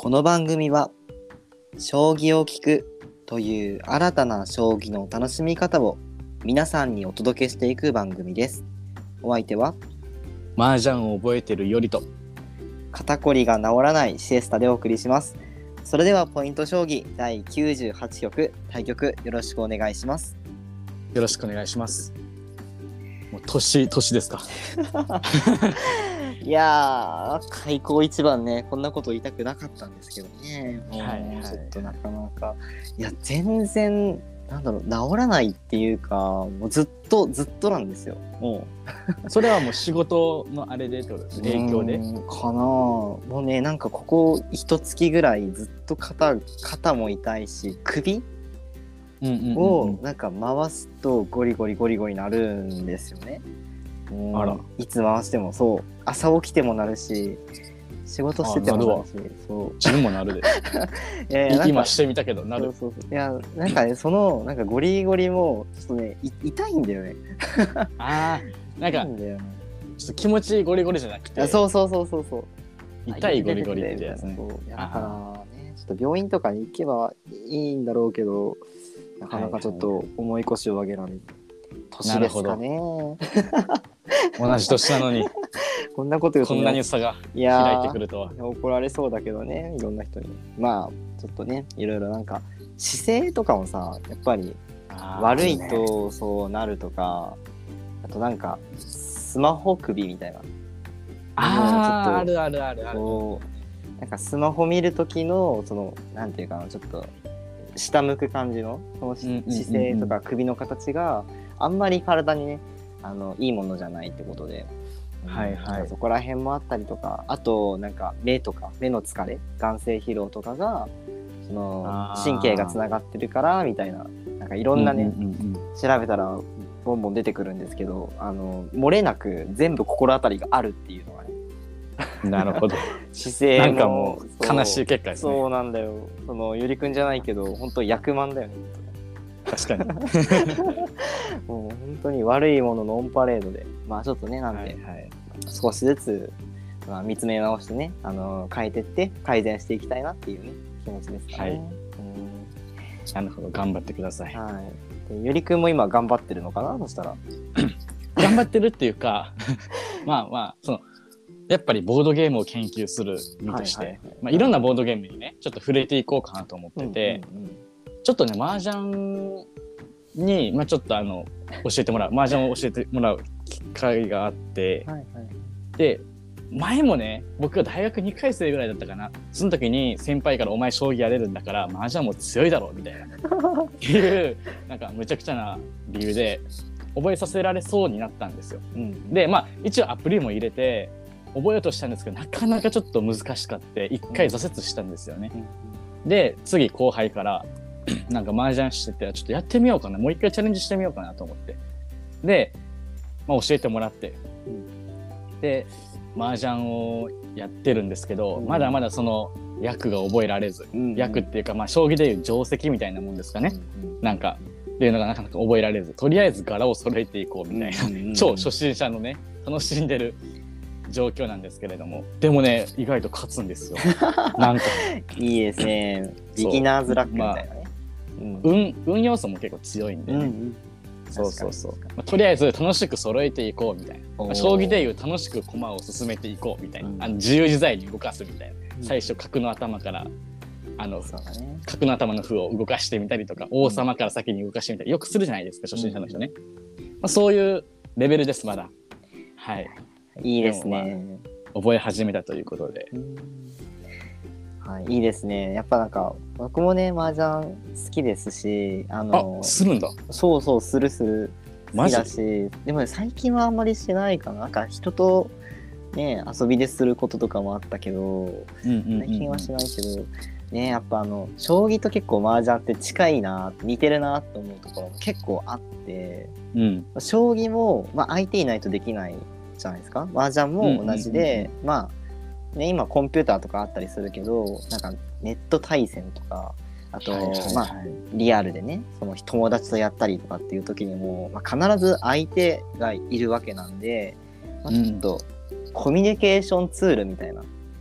この番組は将棋を聞くという新たな将棋の楽しみ方を皆さんにお届けしていく番組です。お相手は麻雀を覚えてるよりと肩こりが治らないシエスタでお送りします。それではポイント将棋第98局対局よろしくお願いします。 よろしくお願いします。もう年ですかいやー開口一番ねこんなこと言いたくなかったんですけどね、もうちょっとなかなかいや全然なんだろう治らないっていうかもうずっとなんですよ。もうそれはもう仕事のあれでってことです影響でかな。もうねなんかここ一月ぐらいずっと肩も痛いし首をなんか回すとゴリゴリなるんですよね。 あらいつ回してもそう朝起きてもなるし仕事しててもなるしそう自分もなるで今してみたけどなる。 そういやなんかねそのなんかゴリゴリもちょっとね痛いんだよねあーなんかちょっと気持ちいいゴリゴリじゃなくてそう痛いゴリゴリってやつね。 だからねちょっと病院とかに行けばいいんだろうけどなかなかちょっと重い腰を上げられる年ですかね。 同じ年なのにこんなこと言うと、 こんなに差が開いてくるとは。 怒られそうだけどねいろんな人に。まあちょっとねいろいろなんか姿勢とかもさやっぱり悪いとそうなるとか あとなんかスマホ首みたいなあるなんかスマホ見る時のそのなんていうかなちょっと下向く感じのその姿勢とか首の形があんまり体にねいいものじゃないってことで、そこら辺もあったりとかあとなんか目の疲れ眼性疲労とかがその神経がつながってるからみたいななんかいろんなね、調べたらボンボン出てくるんですけど漏れなく全部心当たりがあるっていうのがねなるほど姿勢もなんかもう悲しい結果ですね。 そうなんだよそのゆりくんじゃないけど本当役満だよね確かにもう本当に悪いもののオンパレードでまあちょっとねなんで、少しずつ、見つめ直してね変えてって改善していきたいなっていうね気持ちですかね。 なるほど頑張ってください。 でゆりくんも今頑張ってるのかなそしたら頑張ってるっていうかまあそのやっぱりボードゲームを研究する身としていろんなボードゲームにねちょっと触れていこうかなと思ってて、ちょっとね麻雀に、ちょっと麻雀を教えてもらう機会があって、で前もね僕が大学2回生ぐらいだったかなその時に先輩からお前将棋やれるんだから麻雀も強いだろみたいなっていうなんかむちゃくちゃな理由で覚えさせられそうになったんですよ。で一応アプリも入れて覚えようとしたんですけどなかなかちょっと難しかって一回挫折したんですよね。で次後輩からなんか麻雀しててちょっとやってみようかなもう一回チャレンジしてみようかなと思ってで、教えてもらって、で麻雀をやってるんですけど、まだまだその役が覚えられず、役っていうか将棋でいう定石みたいなもんですかね、なんかっていうのがなかなか覚えられずとりあえず柄を揃えていこうみたいな、超初心者のね楽しんでる状況なんですけれどもでもね意外と勝つんですよなんかいいですねビギナーズラックみたいなね、 運要素も結構強いんで、とりあえず楽しく揃えていこうみたいな、将棋でいう楽しく駒を進めていこうみたいな、自由自在に動かすみたいな、最初角の頭から角の頭の歩を動かしてみたりとか、王様から先に動かしてみたりよくするじゃないですか初心者の人ね、そういうレベルですまだ。 いいですね、 覚え始めたということで、 いいですね。やっぱなんか僕もね麻雀好きですしするんだ。 そうする好きだしでも、ね、最近はあんまりしないかな。なんか人とね遊びですることとかもあったけど、最近はしないけどねやっぱ将棋と結構麻雀って近いな似てるなと思うところも結構あって、将棋も、相手いないとできないじゃないですか。麻雀も同じで、今コンピューターとかあったりするけどなんかネット対戦とかあと、リアルでねその友達とやったりとかっていう時にも、必ず相手がいるわけなんで、ちょっとコミュニケーションツールみたいな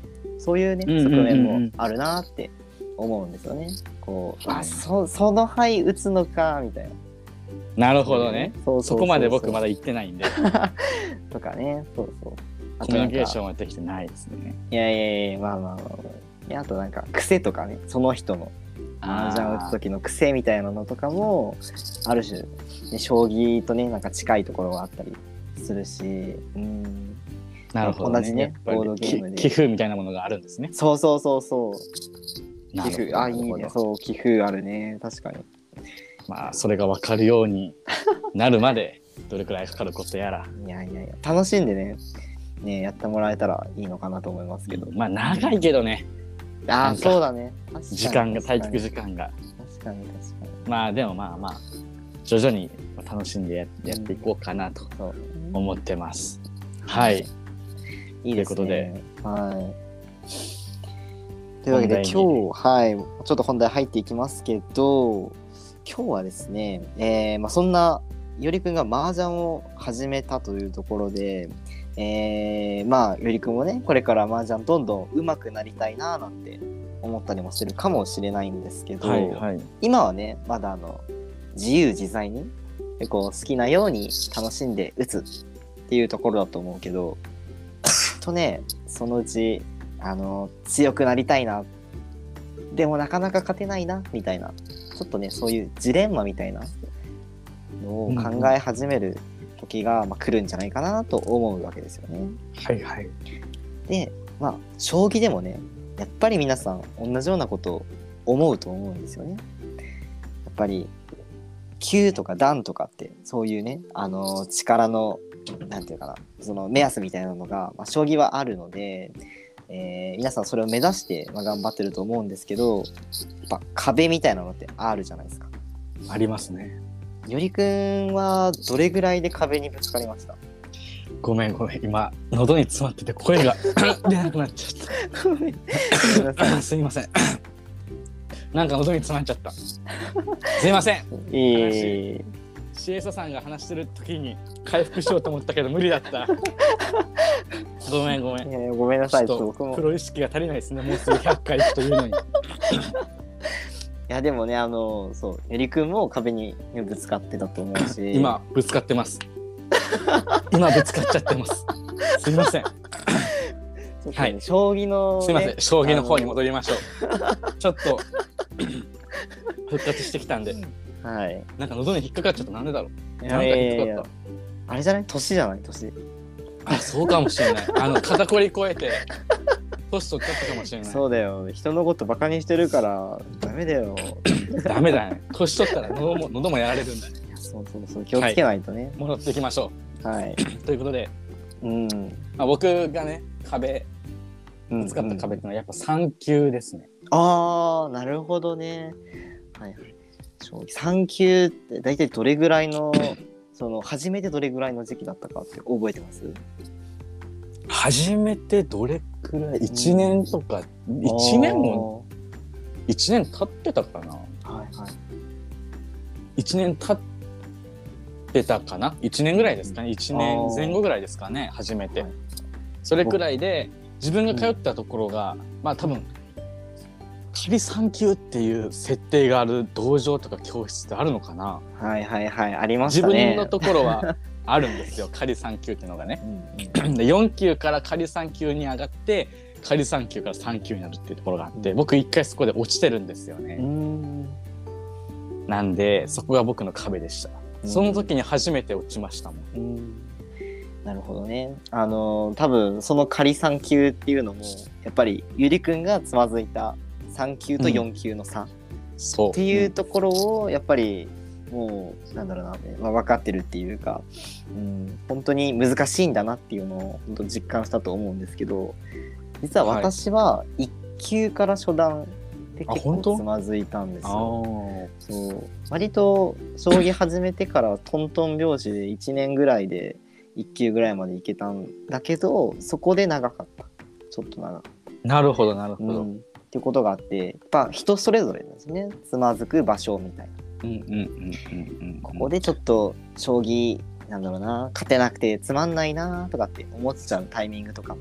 そういうね側面もあるなって思うんですよね。こうその牌打つのかみたいな。 なるほどね。そこまで僕まだ行ってないんでとかね。そうそうコミュニケーションはできてないですね。 いやまああとなんか癖とかね、その人の麻雀を打つ時の癖みたいなのとかもある種、ね、将棋とねなんか近いところがあったりするし、 なるほどね。 同じねボードゲームで棋風みたいなものがあるんですね。 そう棋風いいね。そう棋風あるね。確かに。 まあそれが分かるようになるまでどれくらいかかることやら。 いや楽しんでねやってもらえたらいいのかなと思いますけど。 まあ長いけどね。 そうだね。 時間が対局時間が。 確かに。 まあでもまあ徐々に楽しんでやっていこうかなと思ってます。はい。 いいですね。 ということで。 はい。というわけで今日ちょっと本題入っていきますけど、今日はですね、そんなよりくんが麻雀を始めたというところで、よりくんもねこれから麻雀どんどん上手くなりたいななんて思ったりもしてるかもしれないんですけど、今はねまだ自由自在に好きなように楽しんで打つっていうところだと思うけどとねそのうち強くなりたいな、でもなかなか勝てないなみたいな、ちょっとねそういうジレンマみたいなのを考え始める時が、来るんじゃないかなと思うわけですよね。で将棋でもねやっぱり皆さん同じようなことを思うと思うんですよね。やっぱり級とか段とかってそういうね力のなんていうかな、その目安みたいなのが、将棋はあるので、皆さんそれを目指して、頑張ってると思うんですけど、やっぱ壁みたいなのってあるじゃないですか。 ありますね。 よりくんはどれぐらいで壁にぶつかりました？ ごめん今喉に詰まってて声が出なくなっちゃったごめんすいませんなんか喉に詰まっちゃったすいません。シエサさんが話してる時に回復しようと思ったけど無理だったごめんごめんなさい。 ちょっとプロ意識が足りないですね。もうすぐ100回いくというのにいやでもねそうよりくんも壁にぶつかってたと思うし今ぶつかってます今ぶつかっちゃってますすいませんはい、将棋の、 すいません将棋の方に戻りましょうちょっと復活してきたんで、 はい、 なんか喉に引っかかっちゃった。なんでだろう。 なんか引っかかった。あれじゃない？年じゃない？年。 あ、そうかもしれない。肩こり超えて年取っちゃったかもしれない。 そうだよ。人のことバカにしてるからダメだよ。 ダメだね。年取ったら喉もやられるんだね。 そう気をつけないとね。 戻っていきましょう。はい。 ということで、僕がね使った壁ってのはやっぱ3級ですね。 ああ、なるほどね。はいはい。3級って大体どれぐらいの初めてどれぐらいの時期だったかって覚えてます？ 初めてどれくらい1年とか1年も1年経ってたかな。1年経ってたかな。1年ぐらいですかね。1年前後ぐらいですかね。初めてそれくらいで自分が通ったところが多分仮3級っていう設定がある道場とか教室ってあるのかな。 ありましたね。 自分のところはあるんですよ仮3級っていうのがねで4級から仮3級に上がって仮3級から3級になるっていうところがあって、僕一回そこで落ちてるんですよね。なんでそこが僕の壁でした。その時に初めて落ちましたもん。 なるほどね。多分その仮3級っていうのもやっぱりゆりくんがつまずいた3級と4級の差っていうところをやっぱりもうなんだろうな、分かってるっていうか、本当に難しいんだなっていうのを本当実感したと思うんですけど、実は私は1級から初段で結構つまずいたんですよ。そう割と将棋始めてからトントン拍子で1年ぐらいで1級ぐらいまでいけたんだけど、そこで長かった。ちょっと長かった。 なるほど。 っていうことがあって、やっぱ人それぞれですね。つまずく場所みたいな。ここでちょっと将棋なんだろうな、勝てなくてつまんないなとかって思っちゃうタイミングとかもね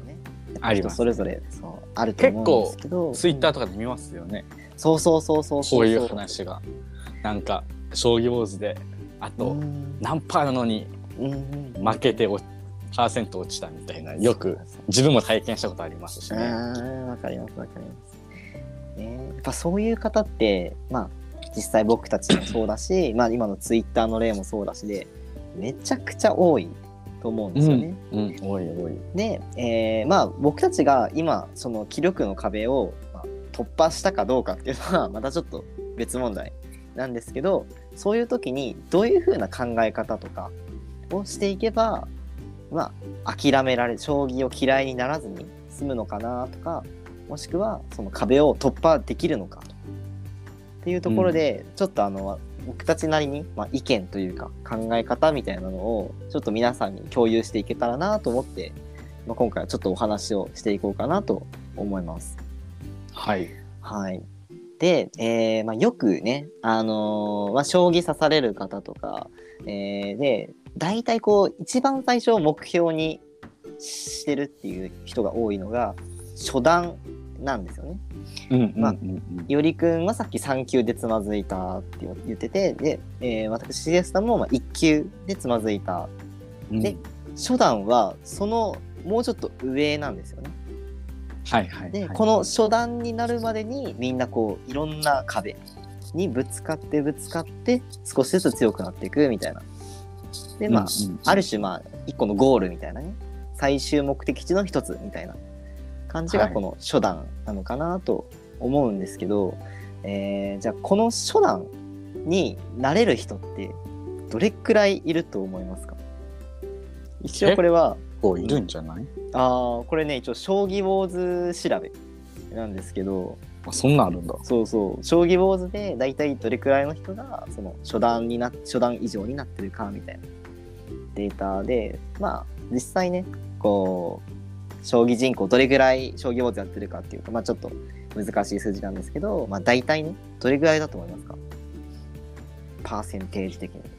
人それぞれそうあると思うんですけど、 ツイッターとかで見ますよね、 そうこういう話がなんか将棋ウォーズであと何パーなのに負けてパーセント落ちたみたいな、よく自分も体験したことありますしね。 わかります、やっぱそういう方ってまあ実際僕たちもそうだしまあ今のツイッターの例もそうだしでめちゃくちゃ多いと思うんですよね。 多い。 で、まあ僕たちが今その気力の壁を、突破したかどうかっていうのはまたちょっと別問題なんですけど、そういう時にどういう風な考え方とかをしていけばまあ諦められ将棋を嫌いにならずに済むのかなとか、もしくはその壁を突破できるのかっていうところで、ちょっと僕たちなりに、意見というか考え方みたいなのをちょっと皆さんに共有していけたらなと思って、今回はちょっとお話をしていこうかなと思います。 はい。 で、よくね、将棋指される方とか、で大体こう一番最初目標にしてるっていう人が多いのが初段なんですよね。よりくんはさっき3級でつまずいたって言ってて、で、私 CS さんも1級でつまずいた、で初段はそのもうちょっと上なんですよね。でこの初段になるまでにみんなこういろんな壁にぶつかって少しずつ強くなっていくみたいな。である種一個のゴールみたいなね、最終目的地の一つみたいな感じがこの初段なのかなと思うんですけど、じゃあこの初段になれる人ってどれくらいいると思いますか？一応これは結構いるんじゃない？ これね一応将棋ウォーズ調べなんですけど、 そんなんあるんだ。 そう将棋ウォーズでだいたいどれくらいの人がその初段以上になってるかみたいなデータで、実際ねこう将棋人口どれぐらい将棋ウォーズやってるかっていうか、ちょっと難しい数字なんですけど、だいたいねどれぐらいだと思いますか？パーセンテージ的に。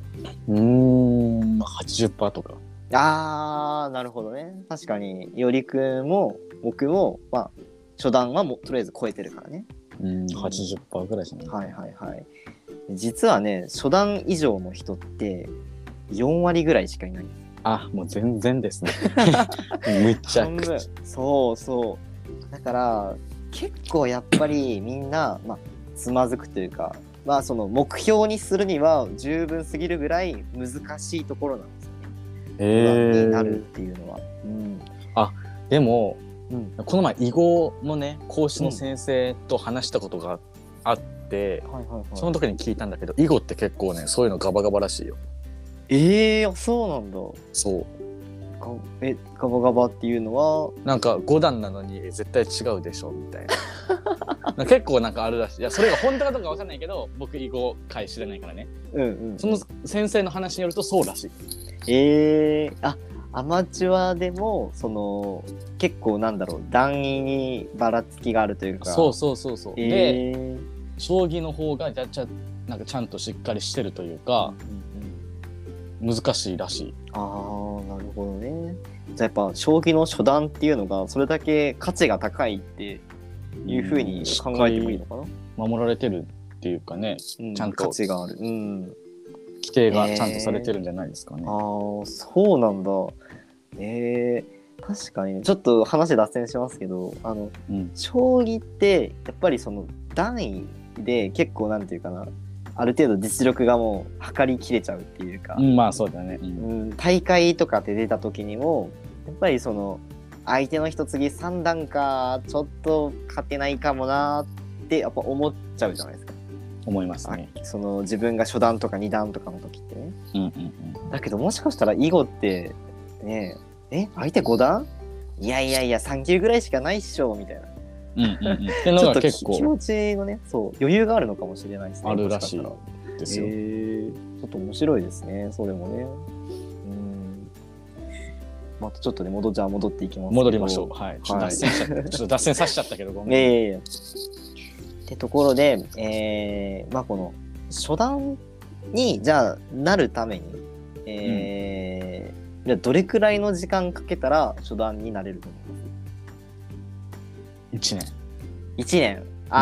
80% とか。 なるほどね。確かによりくんも僕も初段はとりあえず超えてるからね。 80% ぐらいじゃない。 実はね初段以上の人って4割ぐらいしかいないんです。 もう全然ですね。むちゃくちゃ。 そうだから結構やっぱりみんなつまずくというか、その目標にするには十分すぎるぐらい難しいところなんですよね。になるっていうのは。 でも、この前囲碁のね講師の先生と話したことがあって、その時に聞いたんだけど、囲碁って結構ねそういうのガバガバらしいよ。 そうなんだ。 そうガバガバっていうのはなんか5段なのに絶対違うでしょみたいな結構なんかあるらしい。いやそれが本当かどうか分かんないけど、僕囲碁界知らないからね、その先生の話によるとそうらしい。 アマチュアでもその結構段位にばらつきがあるというか。 そう、で将棋の方がなんかちゃんとしっかりしてるというか、難しいらしい。 なるほどね。じゃあやっぱ将棋の初段っていうのがそれだけ価値が高いっていうふうに考えてもいいのかな。 守られてるっていうかね、ちゃんと価値がある、 規定がちゃんとされてるんじゃないですかね。 そうなんだ。確かにちょっと話脱線しますけど、将棋ってやっぱりその段位で結構なんていうかな、ある程度実力がもう測りきれちゃうっていうか、 そうだね、 大会とかで出た時にもやっぱりその相手の人次3段かちょっと勝てないかもなってやっぱ思っちゃうじゃないですか。 思いますね。 その自分が初段とか2段とかの時ってね、だけどもしかしたら囲碁ってね相手5段いや3級ぐらいしかないっしょみたいなってのが結構気持ちのね余裕があるのかもしれないですね。 あるらしいですよ。 ちょっと面白いですねそれもね。またちょっとね戻っていきますけど。 戻りましょう。ちょっと脱線させちゃったけどごめん。 ってところで、この初段にじゃあなるために、じゃあどれくらいの時間かけたら初段になれると思います？ 1年。 1年。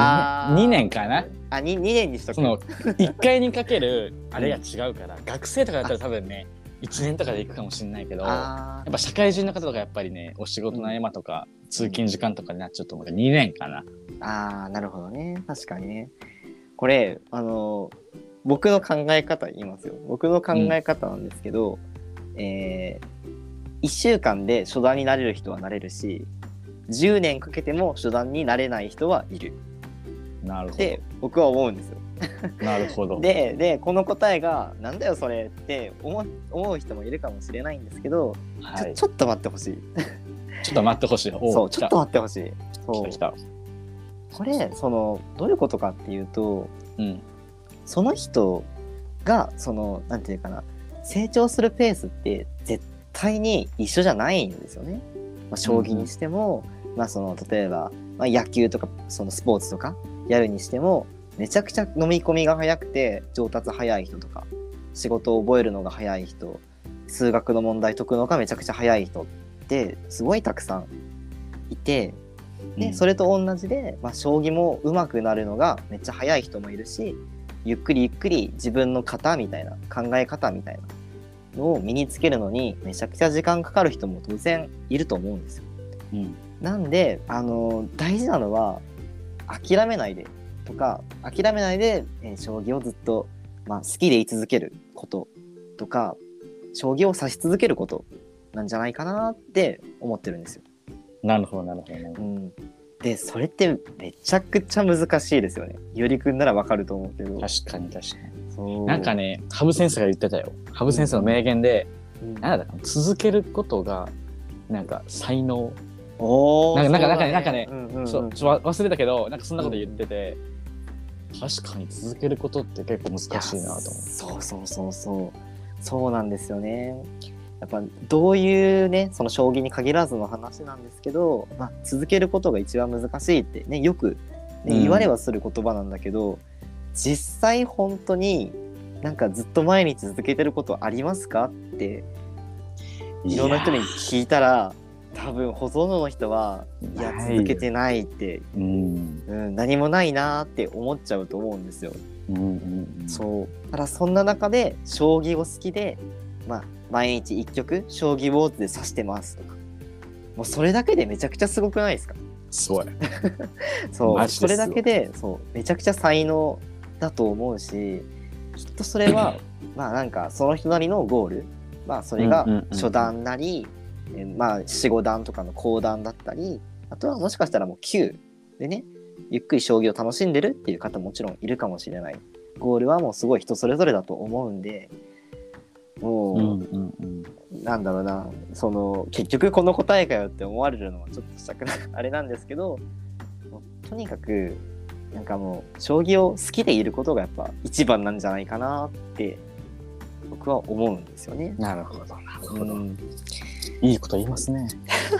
2年かな。 2年にしとく。 その1回にかけるあれが違うから学生とかだったら多分ね1年とかで行くかもしれないけど、やっぱ社会人の方とかやっぱりねお仕事の合間とか、通勤時間とかになっちゃうと思うから2年かな。 なるほどね。確かにね。これ僕の考え方言いますよ。僕の考え方なんですけど、1週間で初段になれる人はなれるし、10年かけても初段になれない人はいる。 なるほど。 って僕は思うんですよ。 なるほど。 でこの答えがなんだよそれって思う人もいるかもしれないんですけど、はい、ちょっと待ってほしい。 ちょっと待ってほしい。 そう、ちょっと待ってほしい。そう。 来た。 これどういうことかっていうと、その人がなんていうかな、成長するペースって絶対に一緒じゃないんですよね。将棋にしても、例えば、野球とかスポーツとかやるにしてもめちゃくちゃ飲み込みが早くて上達早い人とか、仕事を覚えるのが早い人、数学の問題解くのがめちゃくちゃ早い人ってすごいたくさんいて、でそれと同じで、将棋も上手くなるのがめっちゃ早い人もいるし、ゆっくりゆっくり自分の型みたいな考え方みたいなのを身につけるのにめちゃくちゃ時間かかる人も当然いると思うんですよ。なんで大事なのは諦めないでとか、諦めないで、将棋をずっと、好きでい続けることとか、将棋を指し続けることなんじゃないかなって思ってるんですよ。なるほどなるほど、でそれってめちゃくちゃ難しいですよね。よりくんならわかると思うけど。 確かになんかね、羽生先生が言ってたよ。羽生先生の名言で、なんだか続けることがなんか才能、なんかね、忘れたけどなんかそんなこと言ってて、確かに続けることって結構難しいなと思う。そうなんですよね。やっぱどういうね、その将棋に限らずの話なんですけど、続けることが一番難しいってね、よく、ね、言われはする言葉なんだけど、実際本当になんかずっと毎日続けてることありますかっていろんな人に聞いたら、多分ほとんどの人はいや続けてないって、何もないなって思っちゃうと思うんですよ。そうただそんな中で将棋を好きで、毎日一局将棋ウォーズで指してますとか、もうそれだけでめちゃくちゃすごくないですか？ すごい。 そうそれだけでめちゃくちゃ才能だと思うし、きっとそれはなんかその人なりのゴール、それが初段なり、4、5段とかの高段だったり、あとはもしかしたらもう9でね、ゆっくり将棋を楽しんでるっていう方もちろんいるかもしれない。ゴールはもうすごい人それぞれだと思うんで、もう、なんだろうな、結局この答えかよって思われるのはちょっとしたくないあれなんですけど、とにかくなんかもう将棋を好きでいることがやっぱ一番なんじゃないかなって僕は思うんですよね。 なるほど。いいこと言いますね。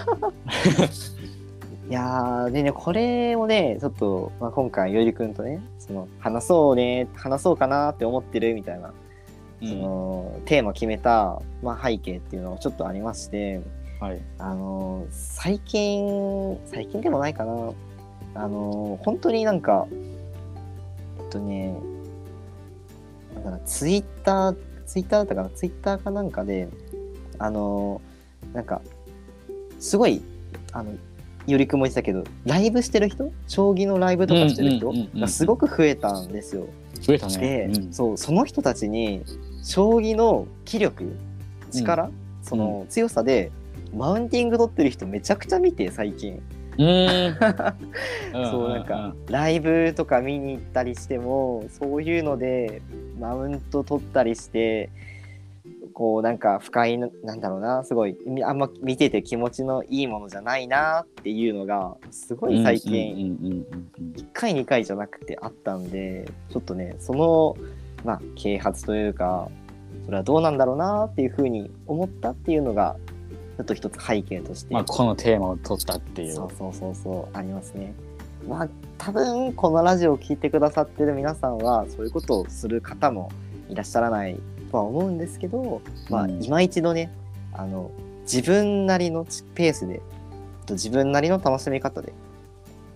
いやでね、これをねちょっと、今回よりくんとね話そうかなって思ってるみたいな、テーマ決めた、背景っていうのがちょっとありまして、最近でもないかな、本当になんかツイッターだったかな、ツイッターかなんかでなんかすごいよりくんも言ってたけど、ライブしてる人、将棋のライブとかしてる人がすごく増えたんですよ。 増えたね。 で、その人たちに将棋の気力、力、強さでマウンティング取ってる人めちゃくちゃ見て最近。そうなんかライブとか見に行ったりしてもそういうのでマウント取ったりして、こうなんか不快な、なんだろうな、すごいあんま見てて気持ちのいいものじゃないなっていうのがすごい最近1回2回じゃなくてあったんで、ちょっとね啓発というかそれはどうなんだろうなっていうふうに思ったっていうのがちょっと一つ背景として、 このテーマを取ったっていう。 そうありますね。多分このラジオを聞いてくださってる皆さんはそういうことをする方もいらっしゃらないとは思うんですけど、今一度ね自分なりのペースで自分なりの楽しみ方で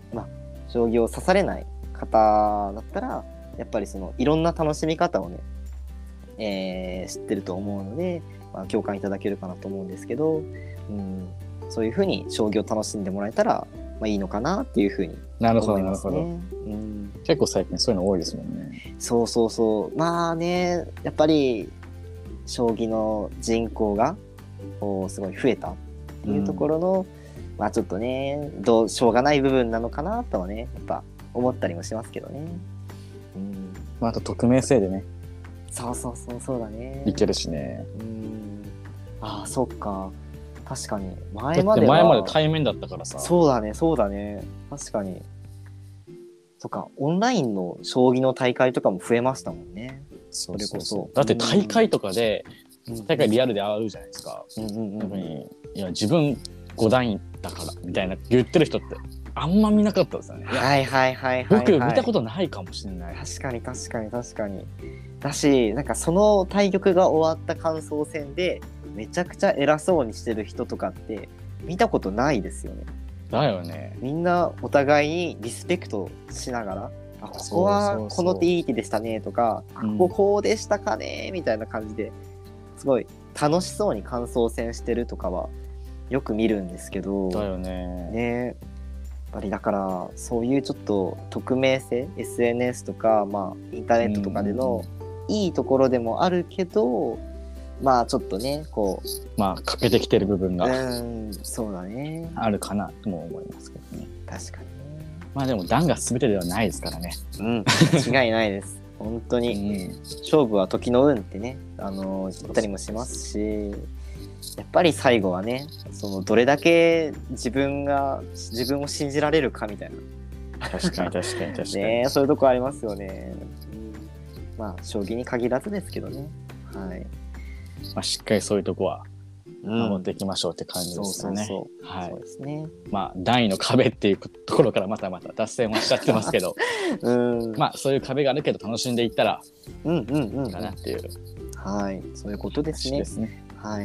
将棋を指されない方だったらやっぱりそのいろんな楽しみ方をね、知ってると思うので、まあ、共感いただけるかなと思うんですけど、そういうふうに将棋を楽しんでもらえたら、まあ、いいのかなっていうふうに思いますね。なるほど。 結構最近そういうの多いですもんね。 そうそうそう。まあね、やっぱり将棋の人口がすごい増えたっていうところの、まあちょっとね、しょうがない部分なのかなとはね、やっぱ思ったりもしますけどね。 まあ、あと匿名性でね。 そうだね。 いけるしね。 ああ、そっか。確かに。 前まで対面だったからさ。 そうだね。確かに。そっか、オンラインの将棋の大会とかも増えましたもんね。 それこそ。だって大会とかで、大会リアルで会うじゃないですか。いや、自分5段だからみたいな言ってる人ってあんま見なかったですよね。僕見たことないかもしれない。 確かに。だし、なんかその対局が終わった感想戦でめちゃくちゃ偉そうにしてる人とかって見たことないですよね。 だよね。 みんなお互いにリスペクトしながら、ここはこの手いい手でしたねとか、こここうでしたかねみたいな感じですごい楽しそうに感想戦してるとかはよく見るんですけど。 だよね。 やっぱりだからそういうちょっと匿名性 SNS とか、まあ、インターネットとかでのいいところでもあるけど、まあちょっとねこうまあ欠けてきてる部分がそうだねあるかなとも思いますけどね。 確かにね。 まあでも段が全てではないですからね。 間違いないです本当に、勝負は時の運ってね言ったりもしますし、やっぱり最後はねそのどれだけ自分を信じられるかみたいな。 確かにね、そういうとこありますよね。まあ将棋に限らずですけどね。 まあ、しっかりそういうとこは守っていきましょうって感じですよね。 そうですね。 まあ段位の壁っていうところからまた脱線はしちゃってますけど、まあそういう壁があるけど楽しんでいったらかなっていう。 そういうことですね。はい。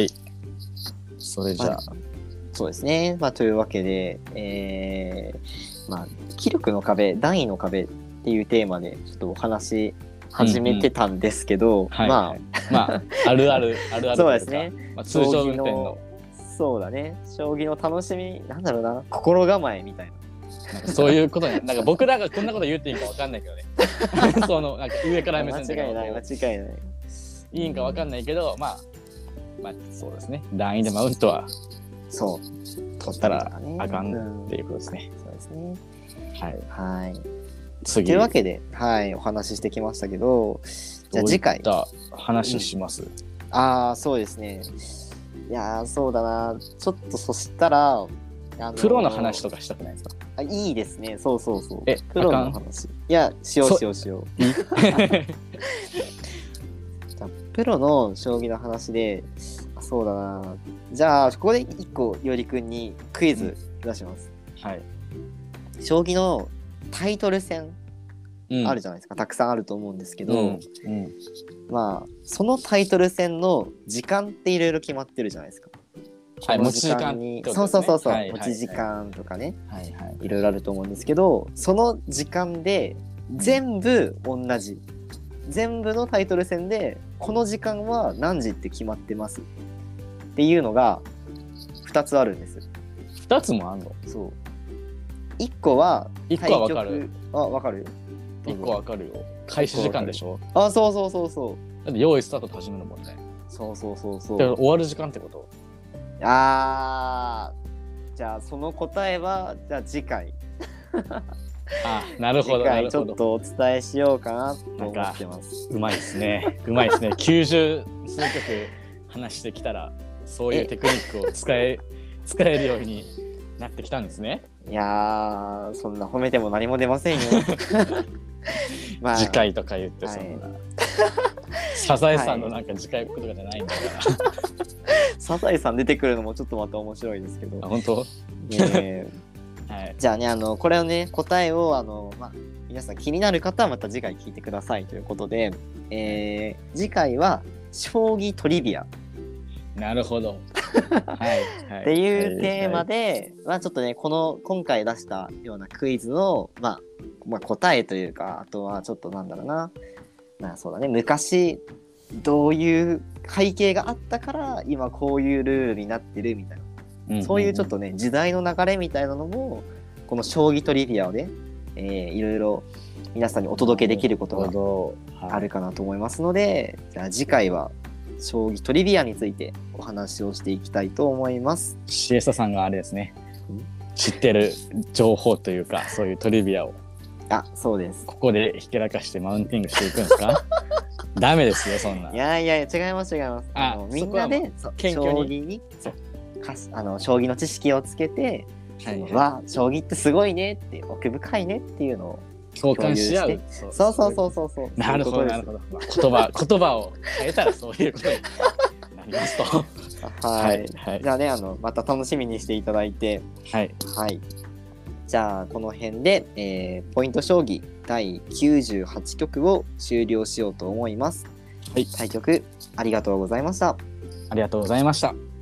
それじゃあ、 そうですね。まあというわけで、まあ気力の壁、段位の壁っていうテーマでちょっとお話始めてたんですけど、まああるあるそうですね。 通常運転のそうだね。将棋の楽しみなんだろうな、心構えみたいな。なんかそういうことね。なんか僕らがこんなこと言っていいかわかんないけどね。そのなんか上から目線で間違いない。 いいんかわかんないけど、まあそうですね。段位でマウントは取ったらあかんっていうことですね。 そうですね。 はい。 というわけで、お話ししてきましたけど、じゃあ次回話します。 そうですね。いやそうだな。ちょっとそしたらプロの話とかしたくないですか？ いいですね。そう。 プロの話。いやしよう。じゃあプロの将棋の話で、そうだな。じゃあここで一個いおりくんにクイズ出します。将棋のタイトル戦あるじゃないですか、たくさんあると思うんですけど、まあそのタイトル戦の時間っていろいろ決まってるじゃないですか。 持ち時間に、 そう、持ち時間とかね、いろいろあると思うんですけど、その時間で全部同じ、全部のタイトル戦でこの時間は何時って決まってますっていうのが2つあるんです。 2つもあんの？ そう。1個は分かる。 分かる。 1個分かるよ。開始時間でしょ？ そう。 だって用意スタートと始めるもんね。 そう。 だから終わる時間ってこと？ じゃあその答えはじゃあ次回なるほど。 次回ちょっとお伝えしようかなと思ってます。 うまいですね。90数曲話してきたらそういうテクニックを使えるようになってきたんですね。 いやー、そんな褒めても何も出ませんよ。 次回とか言ってそんな、サザエさんのなんか次回とかじゃないんだから。 サザエさん出てくるのもちょっとまた面白いですけど。 本当？ じゃあね、これをね、答えを皆さん気になる方はまた次回聞いてくださいということで、次回は将棋トリビア。 なるほど。 はいっていうテーマで、まあちょっとね今回出したようなクイズの、まあ、答えというか、あとはちょっとなんだろうな、まあそうだね、昔どういう背景があったから今こういうルールになってるみたいな、そういうちょっとね時代の流れみたいなのもこの将棋トリビアで、いろいろ皆さんにお届けできることがあるかなと思いますので、じゃあ次回は将棋トリビアについてお話をしていきたいと思います。 シエスタさんがあれですね、知ってる情報というかそういうトリビアをそうです。 ここでひけらかしてマウンティングしていくんですか？ダメですよそんな。 いや違いますみんなで将棋に将棋の知識をつけて、将棋ってすごいねって奥深いねっていうのを共感し合う。 そう。 なるほどなるほど。言葉を変えたらそういうことになりますと。 はい。じゃあねまた楽しみにしていただいて、はい。じゃあこの辺で、ポイント将棋第98局を終了しようと思います。はい。対局ありがとうございました。 ありがとうございました。